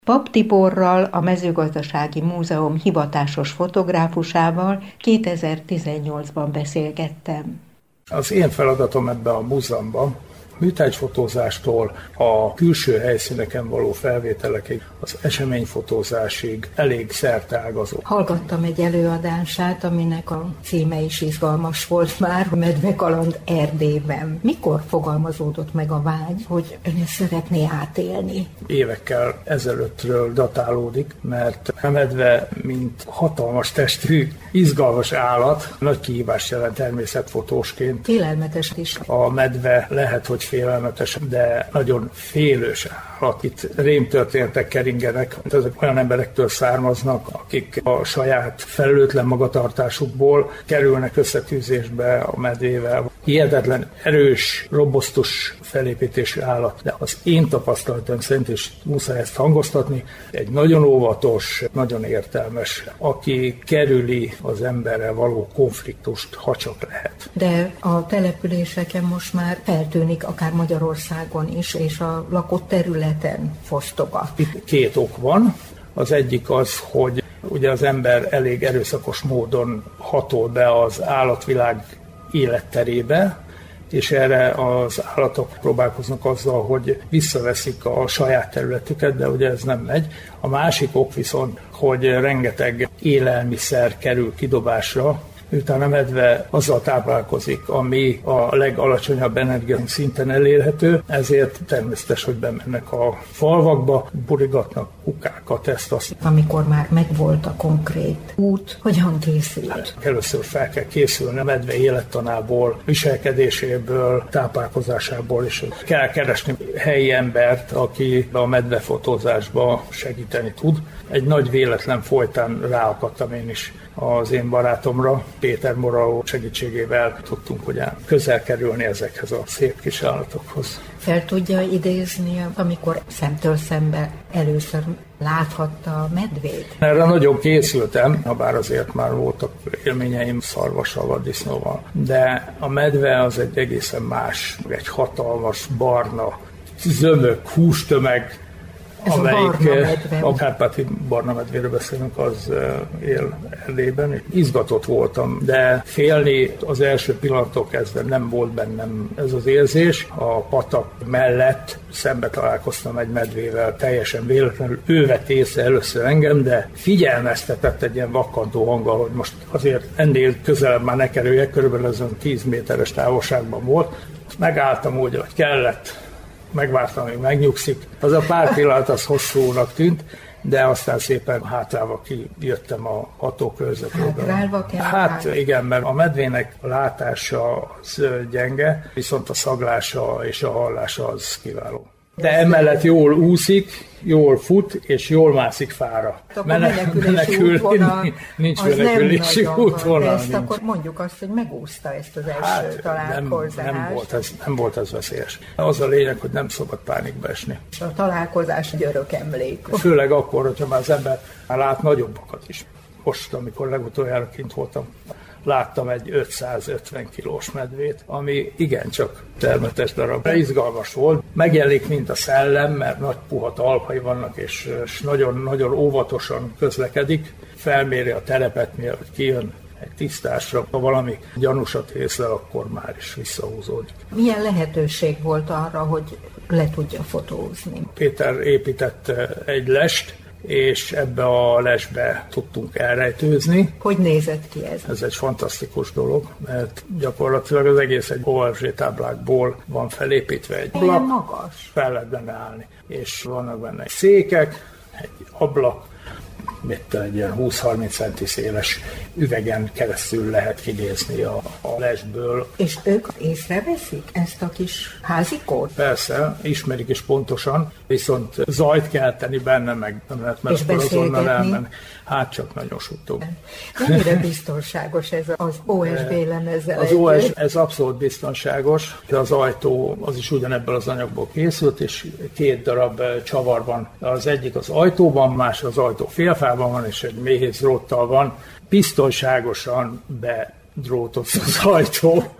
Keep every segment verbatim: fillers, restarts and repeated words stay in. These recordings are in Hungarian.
Papp Tiborral, a Mezőgazdasági Múzeum hivatásos fotográfusával kétezer-tizennyolcban beszélgettem. Az én feladatom ebben a múzeumban műtárgyfotózástól a külső helyszíneken való felvételekig, az eseményfotózásig elég szerteágazó. Hallgattam egy előadását, aminek a címe is izgalmas volt már, Medvekaland Erdélyben. Mikor fogalmazódott meg a vágy, hogy ön ezt szeretné átélni? Évekkel ezelőttről datálódik, mert a medve, mint hatalmas testű, izgalmas állat, nagy kihívást jelent természetfotósként. Félelmetes is. A medve lehet, hogy félelmetes, de nagyon félős állat. Itt rémtörténetek keringenek, ezek olyan emberektől származnak, akik a saját felelőtlen magatartásukból kerülnek összetűzésbe a medvével. Hihetetlen erős, robosztus felépítésű állat, de az én tapasztalatom szerint is muszáj ezt hangoztatni, egy nagyon óvatos, nagyon értelmes, aki kerüli az emberrel való konfliktust, ha csak lehet. De a településeken most már feltűnik, akár Magyarországon is, és a lakott területen fosztogat. Itt két ok van. Az egyik az, hogy ugye az ember elég erőszakos módon hatol be az állatvilág életterébe, és erre az állatok próbálkoznak azzal, hogy visszaveszik a saját területüket, de ugye ez nem megy. A másik ok viszont, hogy rengeteg élelmiszer kerül kidobásra, miután a medve azzal táplálkozik, ami a legalacsonyabb energiaszinten elérhető, ezért természetes, hogy bemennek a falvakba, burigatnak kukákat, ezt azt. Amikor már megvolt a konkrét út, hogyan készült? Hát, először fel kell készülni a medve élettanából, viselkedéséből, táplálkozásából, és kell keresni helyi embert, aki a medvefotózásba segíteni tud. Egy nagy véletlen folytán ráakadtam én is az én barátomra, Péter Morau segítségével tudtunk ugye közel kerülni ezekhez a szép kis állatokhoz. Fel tudja idézni, amikor szemtől szembe először láthatta a medvét? Erre nagyon készültem, habár azért már voltak élményeim szarvassal, vaddisznóval. De a medve az egy egészen más, egy hatalmas, barna, zömök, hústömeg, ez amelyik a, a kárpáti barna medvéről beszélünk, az él Erdélyben. Izgatott voltam, de félni az első pillanattól kezdve nem volt bennem ez az érzés. A patak mellett szembe találkoztam egy medvével, teljesen véletlenül. Ő vett észre először engem, de figyelmeztetett egy ilyen vakkantó hanggal, hogy most azért ennél közelebb már ne kerüljek, körülbelül ezen tíz méteres távolságban volt. Megálltam úgy, hogy kellett. Megvártam, hogy megnyugszik. Az a pár pillanat az hosszúnak tűnt, de aztán szépen hátrálva kijöttem a hatókörzetéből. Hátrálva kell? Hát igen, mert a medvének a látása az gyenge, viszont a szaglása és a hallása az kiváló. De emellett jól úszik, jól fut, és jól mászik fára. Menekülési útvonal, nincs menekülési útvonal. De ezt akkor mondjuk azt, hogy megúszta ezt az első hát, találkozást. Nem, nem, volt ez, nem volt ez veszélyes. Az a lényeg, hogy nem szabad pánikba esni. A találkozás egy örök emlék. Főleg akkor, hogyha már az ember már lát nagyobbakat is. Most, amikor legutoljára kint voltam, láttam egy ötszázötven kilós medvét, ami igencsak termetes darab. Izgalmas volt. Megjelenik, mint a szellem, mert nagy puha talpai vannak, és nagyon-nagyon óvatosan közlekedik. Felméri a terepet, mielőtt kijön egy tisztásra. Ha valami gyanúsat észlel, akkor már is visszahúzódik. Milyen lehetőség volt arra, hogy le tudja fotózni? Péter épített egy lest, és ebbe a lesbe tudtunk elrejtőzni. Hogy nézett ki ez? Ez egy fantasztikus dolog, mert gyakorlatilag az egész egy o es gé táblákból van felépítve egy ablak. Milyen magas? Fel lehet benne állni, és vannak benne székek, egy ablak, mit egy ilyen húsz-harminc centi széles üvegen keresztül lehet kinézni a, a lesből. És ők észreveszik ezt a kis házikót? Persze, ismerik is pontosan, viszont zajt kell tenni benne, meg nem lehet, mert akkor azonnal elmenni. Hát csak nagyon suttog. Mennyire biztonságos ez az o es gé lemezzel? Az o es gé, ez abszolút biztonságos. Az ajtó az is ugyanebből az anyagból készült, és két darab csavar van. Az egyik az ajtóban, más az ajtó félfában van, és egy méhészróttal van. Biztonságosan drótos az ajtó.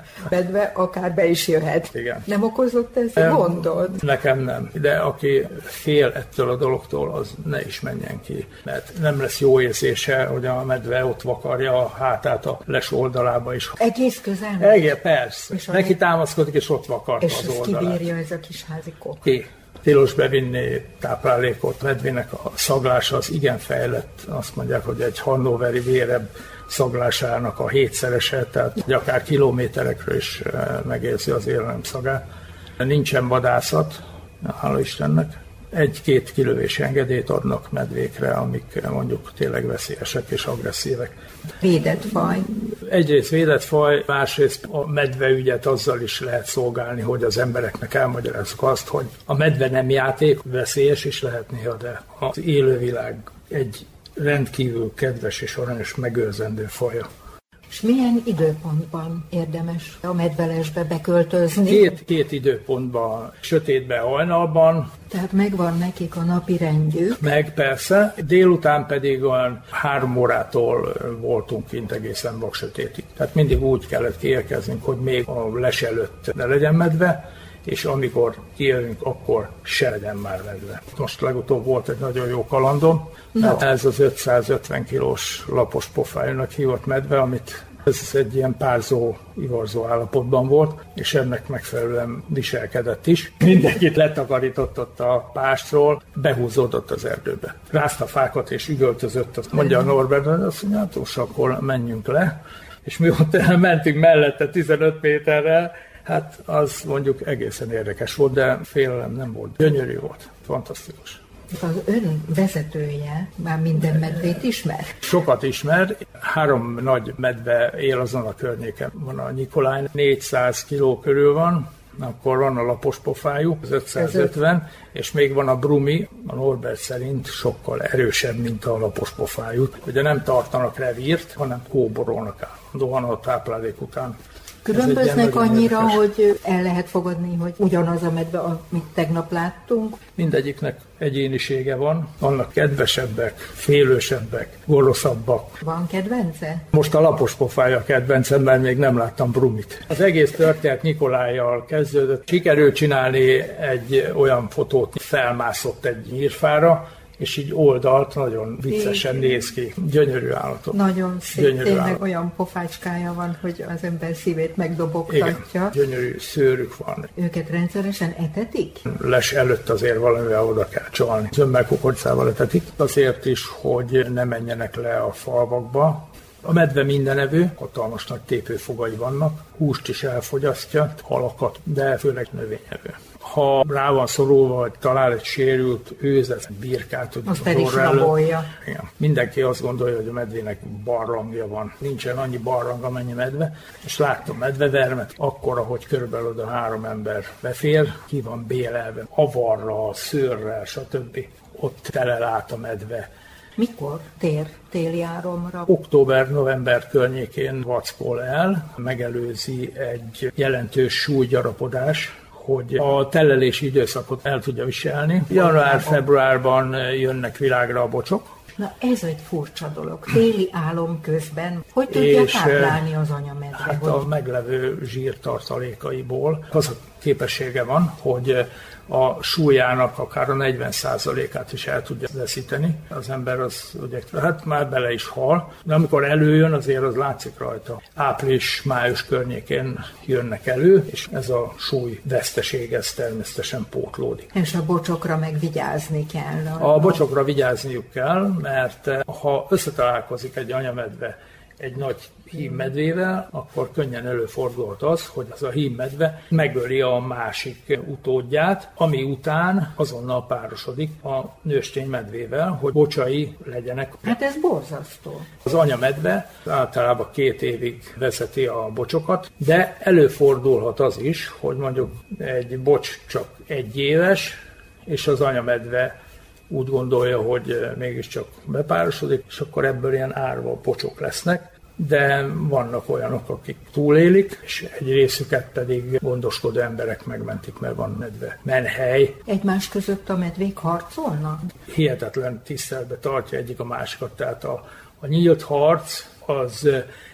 Medve akár be is jöhet. Igen. Nem okozott ez gondot? Nekem nem. De aki fél ettől a dologtól, az ne is menjen ki. Mert nem lesz jó érzése, hogy a medve ott vakarja a hátát a les oldalába is. Egész közel? Egész, persze. És neki támaszkodik, és ott vakarta és az oldalát. És kibírja ez a kis házikó? Ki. Tilos bevinni táplálékot. Medvének a szaglása az igen fejlett. Azt mondják, hogy egy hannoveri vérebb szaglásának a hétszerese, tehát akár kilométerekről is megérzi az élelem szagát. Nincsen vadászat, hála Istennek. Egy-két kilövési engedélyt adnak medvékre, amik mondjuk tényleg veszélyesek és agresszívek. Védett faj? Egyrészt védett faj, másrészt a medveügyet azzal is lehet szolgálni, hogy az embereknek elmagyarázzuk azt, hogy a medve nem játék, veszélyes is lehet néha, de az élővilág egy rendkívül kedves és aranyos megőrzendő faja. És milyen időpontban érdemes a medvelesbe beköltözni? Két, két időpontban, sötétben, hajnalban. Tehát megvan nekik a napi rendjük. Meg persze, délután pedig olyan három órától voltunk kint egészen vaksötétig. Tehát mindig úgy kellett kiérkeznünk, hogy még a les előtt ne legyen medve, és amikor kijövünk, akkor se legyen már medve. Most legutóbb volt egy nagyon jó kalandom, no. Ez az ötszázötven kilós lapos pofájúnak hívott medve, amit ez egy ilyen párzó, ivarzó állapotban volt, és ennek megfelelően viselkedett is. Mindenkit letakarított ott a pástról, behúzódott az erdőbe. Rázta fákat és üvöltözött, azt mondja a Norbert, hogy azt mondja, hát most akkor menjünk le, és mi ott mentünk mellette tizenöt méterrel, hát az mondjuk egészen érdekes volt, de félelem nem volt. Gyönyörű volt, fantasztikus. Az ön vezetője már minden medvét ismer? Sokat ismer. Három nagy medve él azon a környéken. Van a Nikolaj, négyszáz kiló körül van, akkor van a lapos pofájú, az ötszázötven, és még van a Brumi, a Norbert szerint sokkal erősebb, mint a lapos pofájú. Ugye nem tartanak revírt, hanem kóborolnak állandóan a táplálék után. Különböznek annyira, érdekes. Hogy el lehet fogadni, hogy ugyanaz a medve, amit tegnap láttunk? Mindegyiknek egyénisége van. Vannak kedvesebbek, félősebbek, gonoszabbak. Van kedvence? Most a lapos pofája a kedvencem, mert még nem láttam Brumit. Az egész történet Nikolájjal kezdődött. Sikerült csinálni egy olyan fotót, felmászott egy nyírfára, és így oldalt nagyon viccesen é. néz ki. Gyönyörű állatok. Nagyon szép. Gyönyörű tényleg állat. Olyan pofácskája van, hogy az ember szívét megdobogtatja. Igen, gyönyörű szőrük van. Őket rendszeresen etetik? Les előtt azért valamivel oda kell csalni. Zömmel kukoricával etetik. Azért is, hogy ne menjenek le a falvakba. A medve mindenevő, hatalmas nagy tépőfogai vannak, húst is elfogyasztja, halakat, de főleg növényevő. Ha rá van szorulva, vagy talál egy sérült őzet, birkát, hogy azt el is rabolja. Igen. Mindenki azt gondolja, hogy a medvének barlangja van. Nincsen annyi barlang, amennyi medve, és láttam medvevermet, akkor, ahogy körülbelül oda három ember befér, ki van bélelve, avarral, szőrrel, stb. Ott telel át a medve. Mikor tér téli áromra? Október-november környékén vackol el, megelőzi egy jelentős súlygyarapodás, hogy a telelési időszakot el tudja viselni. Január-februárban jönnek világra a bocsok. Na ez egy furcsa dolog. Téli álom közben hogy tudja táplálni az anyamedve? Hát a meglevő zsírtartalékaiból az a képessége van, hogy a súlyának akár a negyven százalékát is el tudja veszíteni. Az ember az ugye, hát már bele is hal, de amikor előjön, azért az látszik rajta. Április-május környékén jönnek elő, és ez a súly veszteség, ez természetesen pótlódik. És a bocsokra meg vigyázni kell. A, a bocsokra vigyázniuk kell, mert ha összetalálkozik egy anyamedve egy nagy hímmedvével, akkor könnyen előfordulhat az, hogy az a hímmedve megöli a másik utódját, ami után azonnal párosodik a nőstény medvével, hogy bocsai legyenek. Hát ez borzasztó. Az anyamedve általában két évig vezeti a bocsokat, de előfordulhat az is, hogy mondjuk egy bocs csak egy éves, és az anyamedve úgy gondolja, hogy mégiscsak bepárosodik, és akkor ebből ilyen árva bocsok lesznek, de vannak olyanok, akik túlélik, és egy részüket pedig gondoskodó emberek megmentik, mert van medve menhely. Egymás között a medvék harcolnak? Hihetetlen tiszteletbe tartja egyik a másikat, tehát a, a nyílt harc az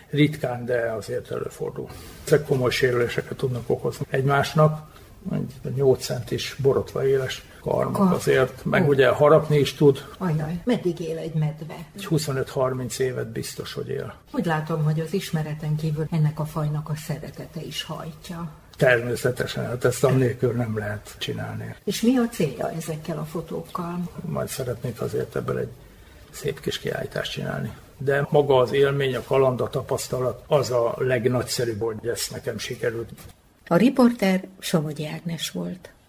ritkán, de azért előfordul. Ezek komoly sérüléseket tudnak okozni egymásnak, egy nyolc centis borotva éles karmok Kar. azért, meg oh. ugye harapni is tud. Ajaj, meddig él egy medve? Egy huszonöt-harminc évet biztos, hogy él. Úgy látom, hogy az ismereten kívül ennek a fajnak a szeretete is hajtja. Természetesen, hát ezt annélkül nem lehet csinálni. És mi a célja ezekkel a fotókkal? Majd szeretnék azért ebből egy szép kis kiállítást csinálni. De maga az élmény, a kaland, a tapasztalat az a legnagyszerűbb, hogy ezt nekem sikerült. A riporter Somogyi Ágnes volt.